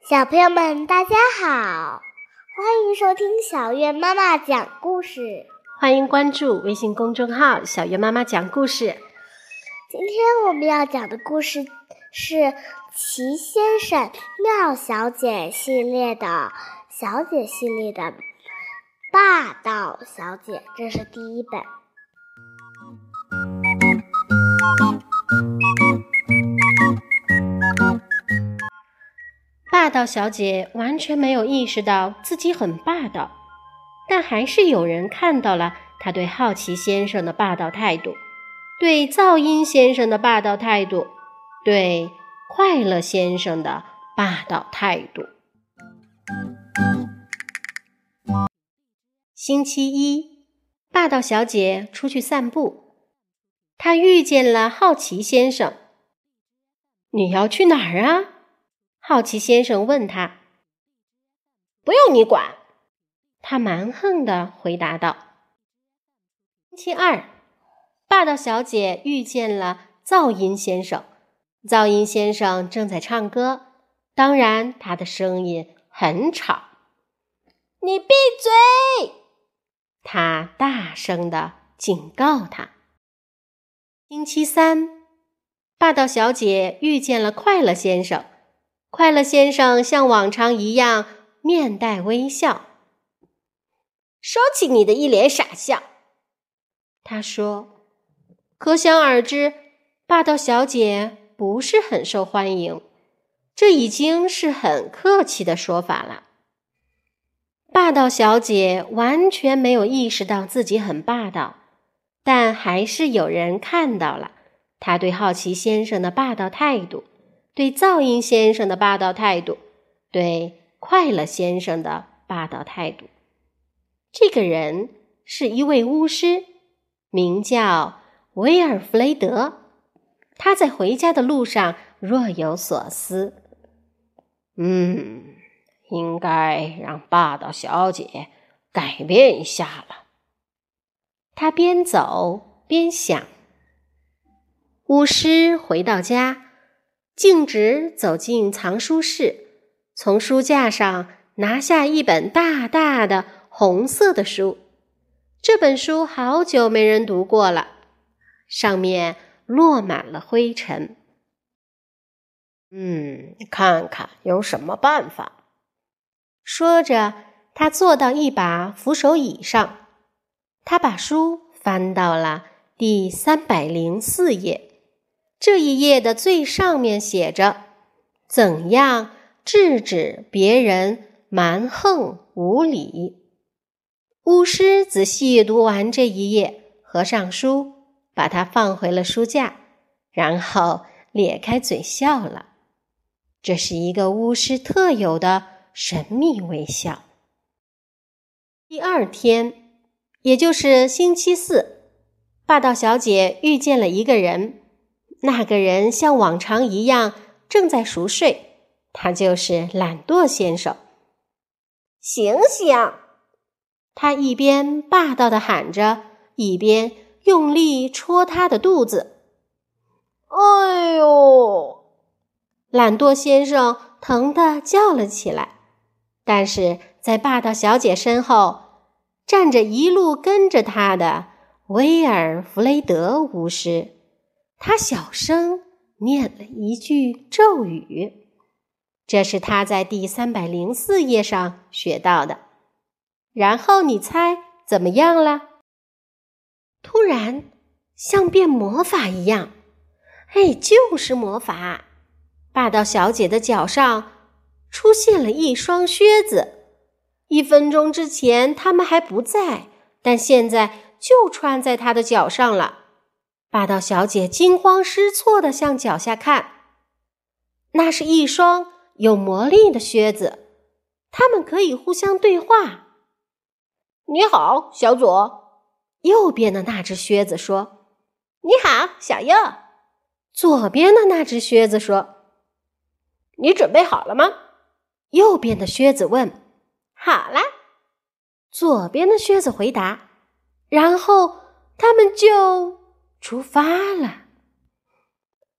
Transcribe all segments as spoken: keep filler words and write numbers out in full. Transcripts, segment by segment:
小朋友们，大家好，欢迎收听小月妈妈讲故事。 欢迎关注微信公众号小月妈妈讲故事。 今天我们要讲的故事是奇先生妙小姐系列的小姐系列的霸道小姐，这是第一本。 霸道小姐完全没有意识到自己很霸道，但还是有人看到了她对好奇先生的霸道态度，对噪音先生的霸道态度，对快乐先生的霸道态度。星期一，霸道小姐出去散步，她遇见了好奇先生。你要去哪儿啊？好奇先生问他。不用你管，他蛮横地回答道。星期二，霸道小姐遇见了噪音先生。噪音先生正在唱歌，当然他的声音很吵。你闭嘴！他大声地警告他。星期三，霸道小姐遇见了快乐先生。快乐先生像往常一样面带微笑。收起你的一脸傻笑，他说。可想而知，霸道小姐不是很受欢迎，这已经是很客气的说法了。霸道小姐完全没有意识到自己很霸道，但还是有人看到了她对好奇先生的霸道态度，对噪音先生的霸道态度，对快乐先生的霸道态度。这个人是一位巫师，名叫威尔弗雷德。他在回家的路上若有所思。嗯，应该让霸道小姐改变一下了。他边走边想。巫师回到家，径直走进藏书室，从书架上拿下一本大大的红色的书。这本书好久没人读过了，上面落满了灰尘。嗯，看看有什么办法。说着，他坐到一把扶手椅上，他把书翻到了第三百零四页。这一页的最上面写着怎样制止别人蛮横无理。巫师仔细阅读完这一页，合上书，把它放回了书架，然后咧开嘴笑了。这是一个巫师特有的神秘微笑。第二天，也就是星期四，霸道小姐遇见了一个人。那个人像往常一样正在熟睡，他就是懒惰先生。醒醒！他一边霸道地喊着，一边用力戳他的肚子。哎呦！懒惰先生疼得叫了起来。但是在霸道小姐身后站着一路跟着他的威尔弗雷德巫师。他小声念了一句咒语，这是他在第三百零四页上学到的。然后你猜怎么样了？突然像变魔法一样，哎，就是魔法。霸道小姐的脚上出现了一双靴子，一分钟之前它们还不在，但现在就穿在她的脚上了。霸道小姐惊慌失措地向脚下看，那是一双有魔力的靴子，它们可以互相对话。你好，小左。右边的那只靴子说。你好，小右。左边的那只靴子说。你准备好了吗？右边的靴子问。好了。左边的靴子回答。然后他们就出发了。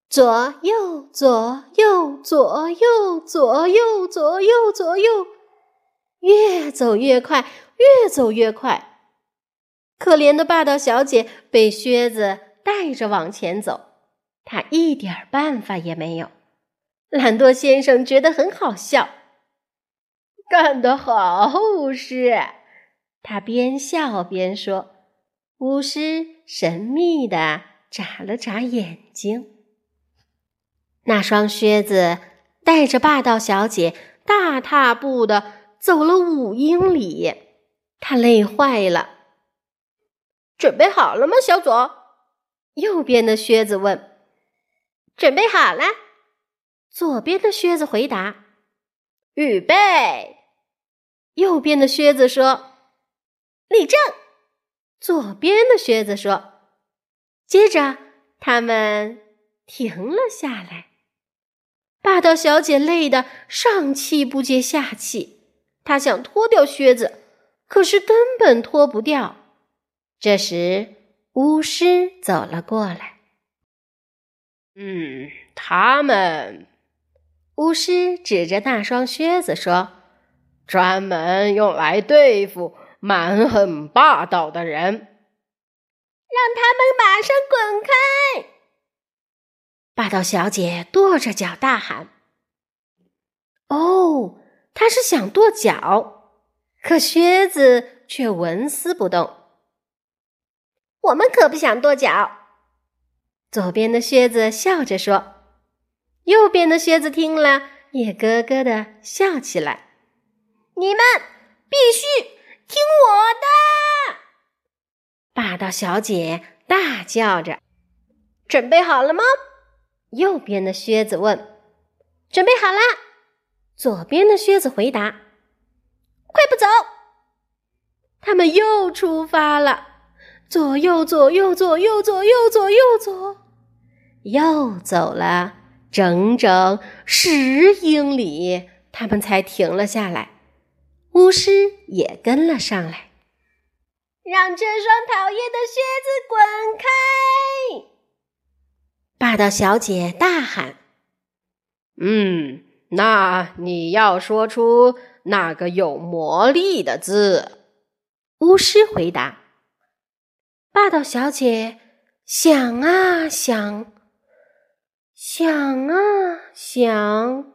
左右左右左右左右左右左右，越走越快，越走越快。可怜的霸道小姐被靴子带着往前走，她一点办法也没有。懒惰先生觉得很好笑。干得好，巫师！他边笑边说。巫师神秘地眨了眨眼睛。那双靴子带着霸道小姐大踏步地走了五英里，他累坏了。准备好了吗，小左？右边的靴子问。准备好了。左边的靴子回答。预备。右边的靴子说。立正。左边的靴子说。接着他们停了下来。霸道小姐累得上气不接下气，她想脱掉靴子，可是根本脱不掉。这时巫师走了过来。嗯，他们……巫师指着那双靴子说，专门用来对付蛮横霸道的人。让他们马上滚开！霸道小姐跺着脚大喊。哦，她是想跺脚，可靴子却纹丝不动。我们可不想跺脚。左边的靴子笑着说。右边的靴子听了也咯咯地笑起来。你们必须听我的！霸道小姐大叫着。准备好了吗？右边的靴子问。准备好了。左边的靴子回答。快步走！他们又出发了。左右左右左右左右左右左，又走了整整十英里，他们才停了下来。巫师也跟了上来。让这双讨厌的靴子滚开！霸道小姐大喊。嗯，那你要说出那个有魔力的字。巫师回答。霸道小姐想啊想，想啊想，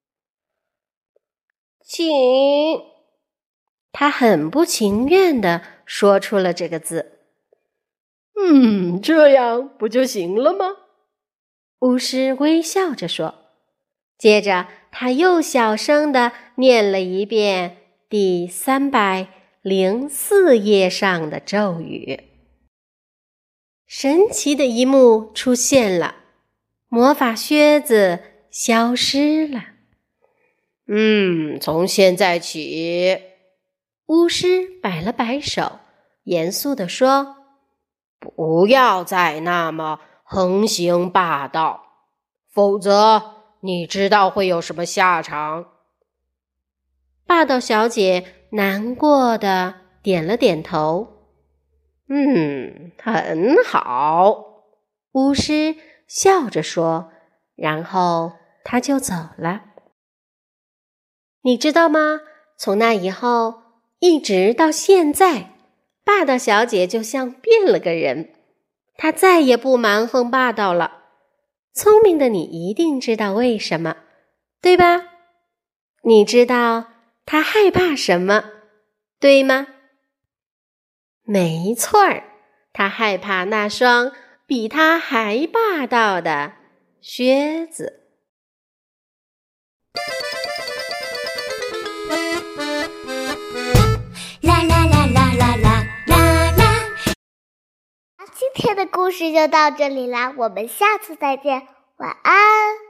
请。她很不情愿地说出了这个字。嗯，这样不就行了吗？巫师微笑着说。接着他又小声地念了一遍第三百零四页上的咒语。神奇的一幕出现了，魔法靴子消失了。嗯，从现在起，巫师摆了摆手，严肃地说，不要再那么横行霸道，否则你知道会有什么下场。霸道小姐难过地点了点头。嗯，很好，巫师笑着说，然后他就走了。你知道吗？从那以后，一直到现在，霸道小姐就像变了个人，她再也不蛮横霸道了。聪明的你一定知道为什么，对吧？你知道她害怕什么，对吗？没错儿，她害怕那双比她还霸道的靴子。 啦啦啦啦啦啦啦啦！今天的故事就到这里啦，我们下次再见，晚安。